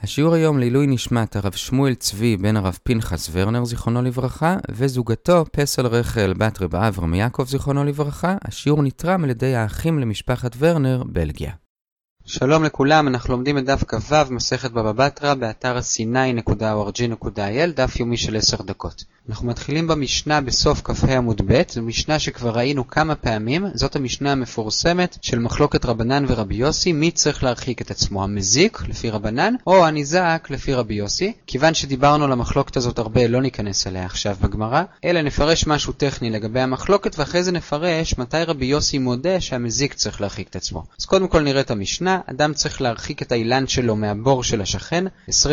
השיעור היום לעילוי נשמת הרב שמואל צבי בן הרב פנחס ורנר זיכרונו לברכה וזוגתו פסל רחל בת רב אברהם יעקב זיכרונו לברכה. השיעור נתרם על ידי האחים למשפחת ורנר, בלגיה. שלום לכולם, אנחנו לומדים את דף כ"ו מסכת בבא בתרא באתר sinai.org.il, דף יומי של 10 דקות. אנחנו מתחילים במשנה בסוף כ"ה עמוד ב', זו משנה שכבר ראינו כמה פעמים, זאת המשנה המפורסמת של מחלוקת רבנן ורבי יוסי, מי צריך להרחיק את עצמו, המזיק לפי רבנן או הניזק לפי רבי יוסי. כיוון שדיברנו על המחלוקת הזאת הרבה, לא ניכנס אליה עכשיו בגמרא, אלא נפרש משהו טכני לגבי המחלוקת, ואחרי זה נפרש מתי רבי יוסי מודה שהמזיק צריך להרחיק את עצמו. אז קודם כל נראה את המשנה. אדם צריך להרחיק את האילן שלו מהבור של השכן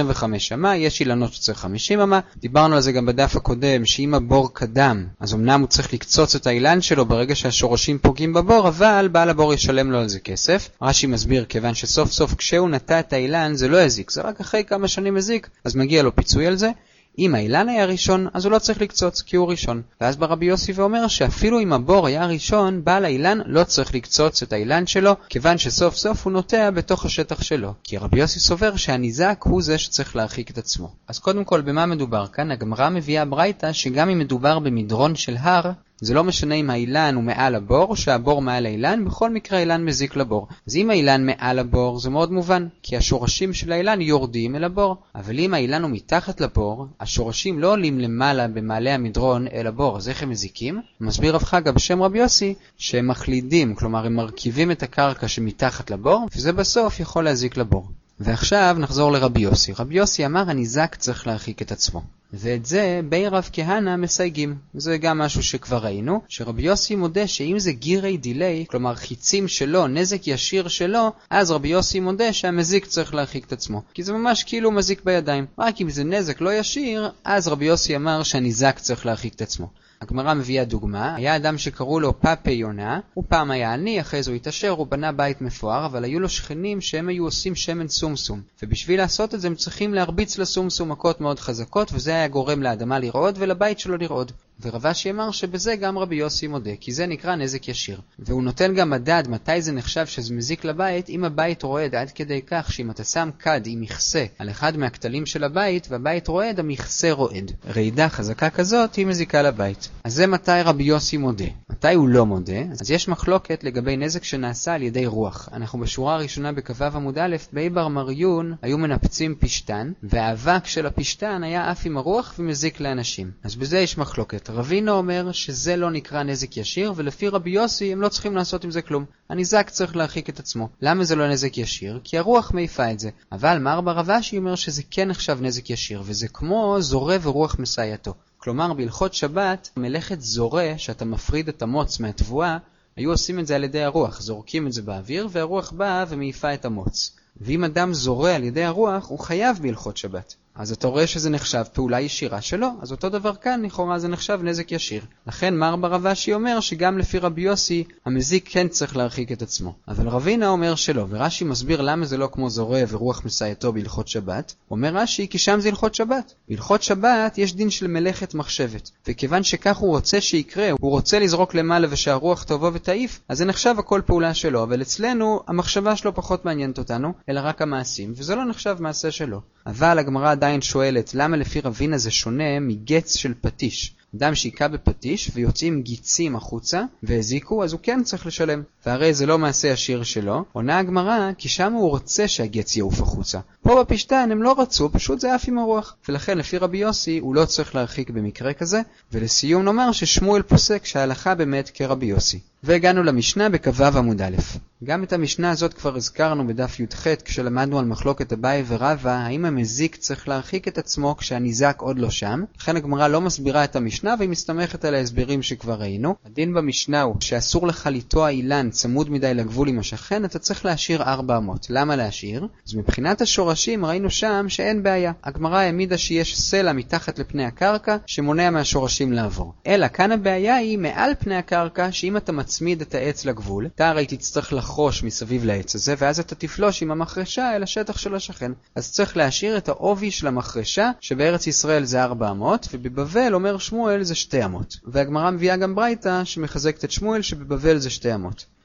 25 אמה, יש אילנות שצריך 50 אמה. דיברנו על זה גם בדף הקודם, שאם הבור קדם, אז אמנם הוא צריך לקצוץ את האילן שלו ברגע שהשורשים פוגעים בבור, אבל בעל הבור ישלם לו על זה כסף. רש"י מסביר, כיוון שסוף סוף כשהוא נטע את האילן זה לא הזיק, זה רק אחרי כמה שנים הזיק, אז מגיע לו פיצוי על זה. אם האילן היה ראשון, אז הוא לא צריך לקצוץ, כי הוא ראשון. ואז בא רבי יוסי ואומר שאפילו אם הבור היה ראשון, בעל האילן לא צריך לקצוץ את האילן שלו, כיוון שסוף סוף הוא נוטע בתוך השטח שלו. כי רבי יוסי סובר שהניזק הוא זה שצריך להרחיק את עצמו. אז קודם כל, במה מדובר כאן? הגמרא מביאה ברייתא שגם אם מדובר במדרון של הר, זה לא משנה אם האילן הוא מעל הבור או שהבור מעל האילן, בכל מקרה האילן מזיק לבור. אז אם האילן מעל הבור זה מאוד מובן, כי השורשים של האילן יורדים אל הבור. אבל אם האילן הוא מתחת לבור, השורשים לא עולים למעלה במעלה המדרון אל הבור, אז איך הם מזיקים? מסביר רב חגה בשם רבי יוסי שהם מחלידים, כלומר הם מרכיבים את הקרקע שמתחת לבור, וזה בסוף יכול להזיק לבור. ועכשיו נחזור לרבי יוסי. רבי יוסי אמר הניזק צריך להרחיק את עצמו. ואת זה בי רב כהנא מסייגים. זה גם משהו שכבר ראינו, שרבי יוסי מודה שאם זה גירי דילי, כלומר חיצים שלו, נזק ישיר שלו, אז רבי יוסי מודה שהמזיק צריך להרחיק את עצמו. כי זה ממש כאילו מזיק בידיים. רק אם זה נזק לא ישיר, אז רבי יוסי אמר שהניזק צריך להרחיק את עצמו. הגמרא מביאה דוגמה, היה אדם שקראו לו פאפה יונה, הוא פעם היה עני, אחרי זה הוא התעשר, הוא בנה בית מפואר, אבל היו לו שכנים שהם היו עושים שמן סומסום, ובשביל לעשות את זה הם צריכים להרביץ לסומסום מכות מאוד חזקות, וזה היה גורם לאדמה לרעוד ולבית שלו לרעוד. ורבשי אמר שבזה גם רבי יוסי מודה, כי זה נקרא נזק ישיר. והוא נותן גם מדד מתי זה נחשב שזה מזיק לבית, אם הבית רועד עד כדי כך שאם אתה שם כד עם מכסה על אחד מהכתלים של הבית והבית רועד, המכסה רועד. רעידה חזקה כזאת היא מזיקה לבית. אז זה מתי רבי יוסי מודה. מתי הוא לא מודה? אז יש מחלוקת לגבי נזק שנעשה על ידי רוח. אנחנו בשורה הראשונה בכ"ו עמוד א', בעבר מריון היו מנפצים פשטן, והאבק של הפשטן היה עף עם הרוח ומזיק לאנשים. אז בזה יש מחלוקת. רבינו אומר שזה לא נקרא נזק ישיר, ולפי רבי יוסי הם לא צריכים לעשות עם זה כלום. הניזק צריך להרחיק את עצמו. למה זה לא נזק ישיר? כי הרוח מעיפה את זה. אבל מר ברבשי אומר שזה כן נחשב נזק ישיר, וזה כמו זורה ורוח מסייעתו. כלומר, בהלכות שבת, מלאכת זורה, שאתה מפריד את המוץ מהתבואה, היו עושים את זה על ידי הרוח, זורקים את זה באוויר, והרוח באה ומעיפה את המוץ. ואם אדם זורה על ידי הרוח, הוא חייב בהלכות שבת. אז אתה רואה שזה נחשב פעולה ישירה שלו, אז אותו דבר כאן, לכאורה זה נחשב נזק ישיר. לכן מר ברבשי אומר שגם לפי רבי יוסי, המזיק כן צריך להרחיק את עצמו. אבל רבינה אומר שלא, ורש"י מסביר למה זה לא כמו זורה ורוח מסייעתו בהלכות שבת. אומר רש"י, כי שם זה הלכות שבת. בהלכות שבת יש דין של מלאכת מחשבת, וכיוון שכך הוא רוצה שיקרה, הוא רוצה לזרוק למעלה ושהרוח תבוא ותעיף, אז זה נחשב הכל פעולה שלו, אבל אצלנו המחשבה שלו פחות מעניינת אותנו, אלא רק המעשים, וזה לא נחשב מעשה שלו. אבל הגמרא עדיין שואלת, למה לפי רבינה זה שונה מגץ של פטיש? אדם שיקע בפטיש ויוצאים גיצים החוצה והזיקו, אז הוא כן צריך לשלם. והרי זה לא מעשה ישיר שלו. עונה הגמרא, כי שם הוא רוצה שהגץ יעוף החוצה. פה בפשטן הם לא רצו, פשוט זה אף עם הרוח. ולכן לפי רבי יוסי הוא לא צריך להרחיק במקרה כזה. ולסיום נאמר ששמואל פוסק שההלכה באמת כרבי יוסי. והגענו למשנה בכ"ו עמוד א'. גם את המשנה הזאת כבר הזכרנו בדף י"ח כשלמדנו על מחלוקת אביי ורבא, האם המזיק צריך להרחיק את עצמו כשהניזק עוד לא שם. לכן הגמרא לא מסבירה את המשנה והיא מסתמכת על ההסברים שכבר ראינו. הדין במשנה הוא שאסור לך לטוע אילן צמוד מדי לגבול עם השכן, אתה צריך להשאיר 400. למה להשאיר? אז מבחינת השורשים ראינו שם שאין בעיה. הגמרא העמידה שיש סלע מתחת לפני הקרקע שמונע מהשורשים לעבור. אלא כאן הבעיה היא מעל פני הקרקע, שאם אתה מצמיד את העץ לגבול, אתה הרי תצטרך לחרוש מסביב לעץ הזה, ואז אתה תפלוש עם המחרשה אל השטח של השכן. אז צריך להשאיר את העובי של המחרשה, שבארץ ישראל זה 400, ובבבל אומר שמואל זה 200. והגמרא מביאה גם ברייתא שמחזקת את שמואל שבבבל זה 200.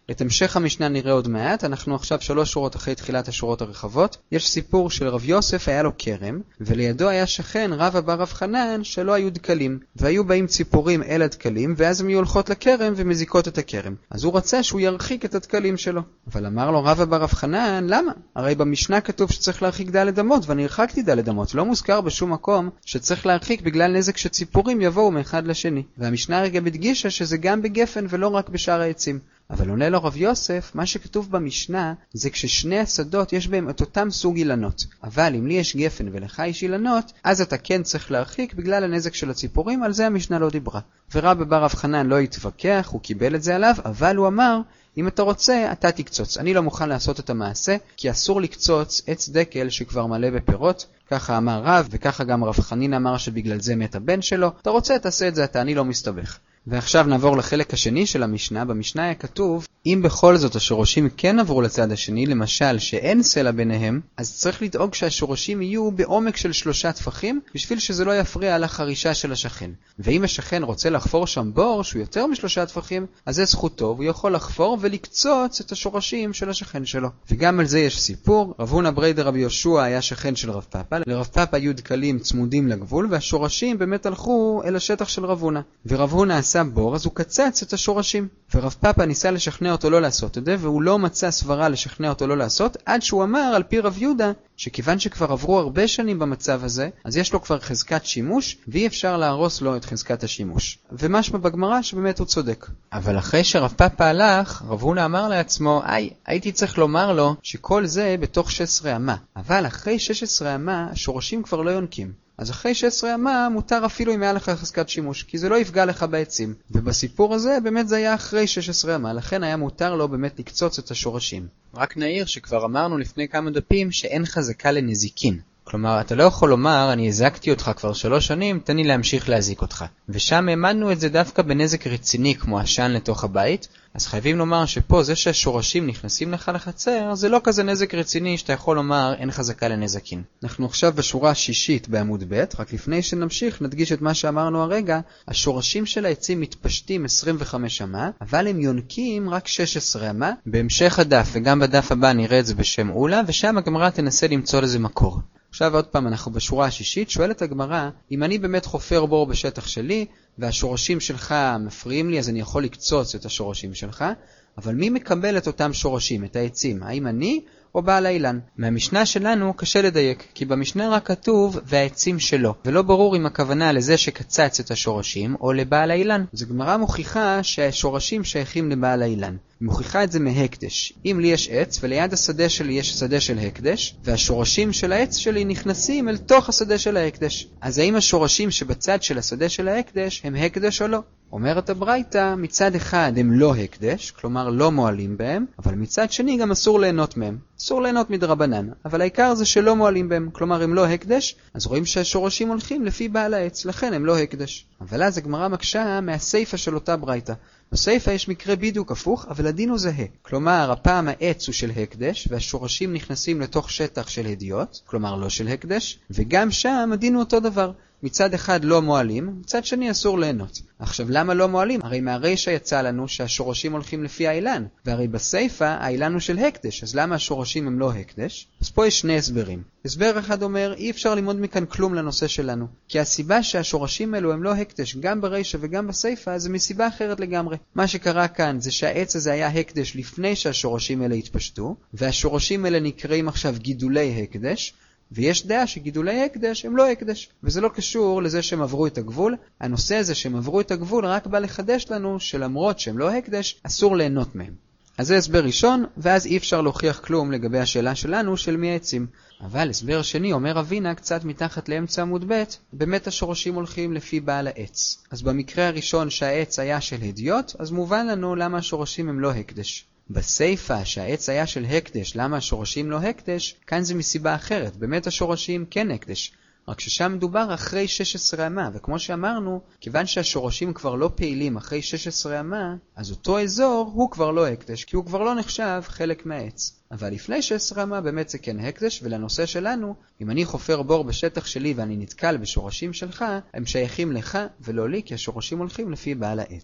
את המשך המשנה נראה עוד מעט, אנחנו עכשיו 3 שורות אחרי תחילת השורות הרחבות. יש סיפור של רב יוסף, היה לו כרם, ולידו היה שכן רבא בר רב חנן שלא היו דקלים, והיו באים ציפורים אל הדקלים, ואז הם היו הולכות לכרם ומזיקות את הכרם. אז הוא רצה שהוא ירחיק את הדקלים שלו. אבל אמר לו רבא בר רב חנן, למה? הרי במשנה כתוב שצריך להרחיק ד' אמות, ואני הרחקתי ד' אמות. לא מוזכר בשום מקום שצריך להרחיק בגלל נזק שציפורים יבואו מאחד לשני. והמשנה רגע הדגישה שזה גם בגפן ולא רק בשאר העצים. אבל עונה לו רב יוסף, מה שכתוב במשנה זה כששני השדות יש בהם את אותם סוג אילנות. אבל אם לי יש גפן ולך יש אילנות, אז אתה כן צריך להרחיק בגלל הנזק של הציפורים, על זה המשנה לא דיברה. ורבא בר רב חנן לא התווכח, הוא קיבל את זה עליו, אבל הוא אמר, אם אתה רוצה, אתה תקצוץ. אני לא מוכן לעשות את המעשה, כי אסור לקצוץ עץ דקל שכבר מלא בפירות. ככה אמר רב, וככה גם רב חנין אמר שבגלל זה מת הבן שלו. אתה רוצה, תעשה את זה, אני לא מסתבך. ועכשיו נעבור לחלק השני של המשנה. במשנה היה כתוב, אם בכל זאת השורשים כן עברו לצד השני, למשל שאין סלע ביניהם, אז צריך לדאוג שהשורשים יהיו בעומק של 3 טפחים, בשביל שזה לא יפריע על החרישה של השכן. ואם השכן רוצה לחפור שם בור שהוא יותר מ3 טפחים, אז זה זכותו, והוא יכול לחפור ולקצוץ את השורשים של השכן שלו. וגם על זה יש סיפור. רב הונא ברי דרבי יהושע היה שכן של רב פאפא. לרב פאפא היו דקלים צמודים לגבול, והשורשים באמת הלכו אל השטח של רב הונא. ורב הונא עשה בור, אז הוא קצץ את השורשים. ורב פאפא ניסה לשכנע אותו לא לעשות את זה, והוא לא מצא סברה לשכנע אותו לא לעשות, עד שהוא אמר על פי רב יהודה, שכיוון שכבר עברו הרבה שנים במצב הזה, אז יש לו כבר חזקת שימוש, ואי אפשר להרוס לו את חזקת השימוש. ומשמע בגמרא שבאמת הוא צודק. אבל אחרי שרב פאפא הלך, רב הונא אמר לעצמו, הייתי צריך לומר לו שכל זה בתוך 16 אמה. אבל אחרי 16 אמה, השורשים כבר לא יונקים. אז אחרי 16 אמה מותר אפילו אם היה לך חזקת שימוש, כי זה לא יפגע לך בעצים. ובסיפור הזה באמת זה היה אחרי 16 אמה, לכן היה מותר לו באמת לקצוץ את השורשים. רק נעיר שכבר אמרנו לפני כמה דפים שאין חזקה לנזיקין. כלומר, אתה לא יכול לומר, אני הזקתי אותך כבר 3 שנים, תן לי להמשיך להזיק אותך. ושם האמנו את זה דווקא בנזק רציני כמו עשן לתוך הבית, אז חייבים לומר שפה זה שהשורשים נכנסים לך לחצר, זה לא כזה נזק רציני שאתה יכול לומר אין חזקה לנזקין. אנחנו עכשיו בשורה השישית בעמוד ב', רק לפני שנמשיך נדגיש את מה שאמרנו הרגע, השורשים של העצים מתפשטים 25 אמה, אבל הם יונקים רק 16 אמה. בהמשך הדף וגם בדף הבא נראה את זה בשם אולה, ושם הגמרא תנסה למצוא לזה מקור. עכשיו עוד פעם אנחנו בשורה השישית, שואלת הגמרא, אם אני באמת חופר בור בשטח שלי, והשורשים שלך מפריעים לי, אז אני יכול לקצוץ את השורשים שלך, אבל מי מקבל את אותם שורשים, את העצים? האם אני או בעל האילן? מהמשנה שלנו קשה לדייק, כי במשנה רק כתוב והעצים שלו, ולא ברור אם הכוונה לזה שקצץ את השורשים או לבעל האילן. זו גמרא מוכיחה שהשורשים שייכים לבעל האילן. מוכיחה את זה מהקדש. אם לי יש עץ וליד השדה שלי יש שדה של הקדש, והשורשים של העץ שלי נכנסים אל תוך השדה של ההקדש, אז האם השורשים שבצד של השדה של ההקדש הם הקדש או לא? אומרת הברייתא, מצד אחד הם לא הקדש, כלומר לא מועלים בהם, אבל מצד שני גם אסור ליהנות מהם. אסור ליהנות מדרבנן, אבל העיקר זה שלא מועלים בהם, כלומר הם לא הקדש, אז רואים שהשורשים הולכים לפי בעל העץ, לכן הם לא הקדש. אבל אז הגמרא מקשה מהסייפה של אותה ברייתא. בסייפה יש מקרה בדיוק הפוך, אבל הדין הוא זהה. כלומר, הפעם העץ הוא של הקדש, והשורשים נכנסים לתוך שטח של הדיוט, כלומר לא של הקדש, וגם שם הדין הוא אותו דבר. מצד אחד לא מועלים, מצד שני אסור ליהנות. עכשיו למה לא מועלים? הרי מהרישא יצא לנו שהשורשים הולכים לפי האילן, והרי בסייפה האילן הוא של הקדש, אז למה השורשים הם לא הקדש? אז פה יש 2 הסברים. הסבר אחד אומר, אי אפשר ללמוד מכאן כלום לנושא שלנו, כי הסיבה שהשורשים האלו הם לא הקדש גם ברישא וגם בסייפה זה מסיבה אחרת לגמרי. מה שקרה כאן זה שהעץ הזה היה הקדש לפני שהשורשים האלה התפשטו, והשורשים האלה נקראים עכשיו גידולי הקדש, ויש דעה שגידולי הקדש הם לא הקדש, וזה לא קשור לזה שהם עברו את הגבול. הנושא הזה שהם עברו את הגבול רק בא לחדש לנו שלמרות שהם לא הקדש, אסור ליהנות מהם. אז זה הסבר ראשון, ואז אי אפשר להוכיח כלום לגבי השאלה שלנו של מי העצים. אבל הסבר שני אומר אבינה קצת מתחת לאמצע עמוד ב', באמת השורשים הולכים לפי בעל העץ. אז במקרה הראשון שהעץ היה של הדיוט, אז מובן לנו למה השורשים הם לא הקדש. בסייפה שהעץ היה של הקדש, למה השורשים לא הקדש? כאן זה מסיבה אחרת, באמת השורשים כן הקדש. רק ששם מדובר אחרי 16 אמה, וכמו שאמרנו, כיוון שהשורשים כבר לא פעילים אחרי 16 אמה, אז אותו אזור הוא כבר לא הקדש, כי הוא כבר לא נחשב חלק מהעץ. אבל לפני 16 אמה באמת זה כן הקדש, ולנושא שלנו, אם אני חופר בור בשטח שלי ואני נתקל בשורשים שלך, הם שייכים לך ולא לי, כי השורשים הולכים לפי בעל העץ.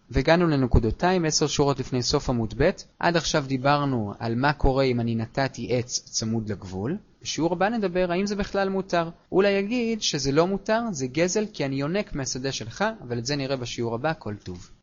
והגענו לנקודותיים 10 שורות לפני סוף עמוד ב'. עד עכשיו דיברנו על מה קורה אם אני נתתי עץ צמוד לגבול. בשיעור הבא נדבר האם זה בכלל מותר. אולי יגיד שזה לא מותר, זה גזל כי אני יונק מהשדה שלך, אבל את זה נראה בשיעור הבא. כל טוב.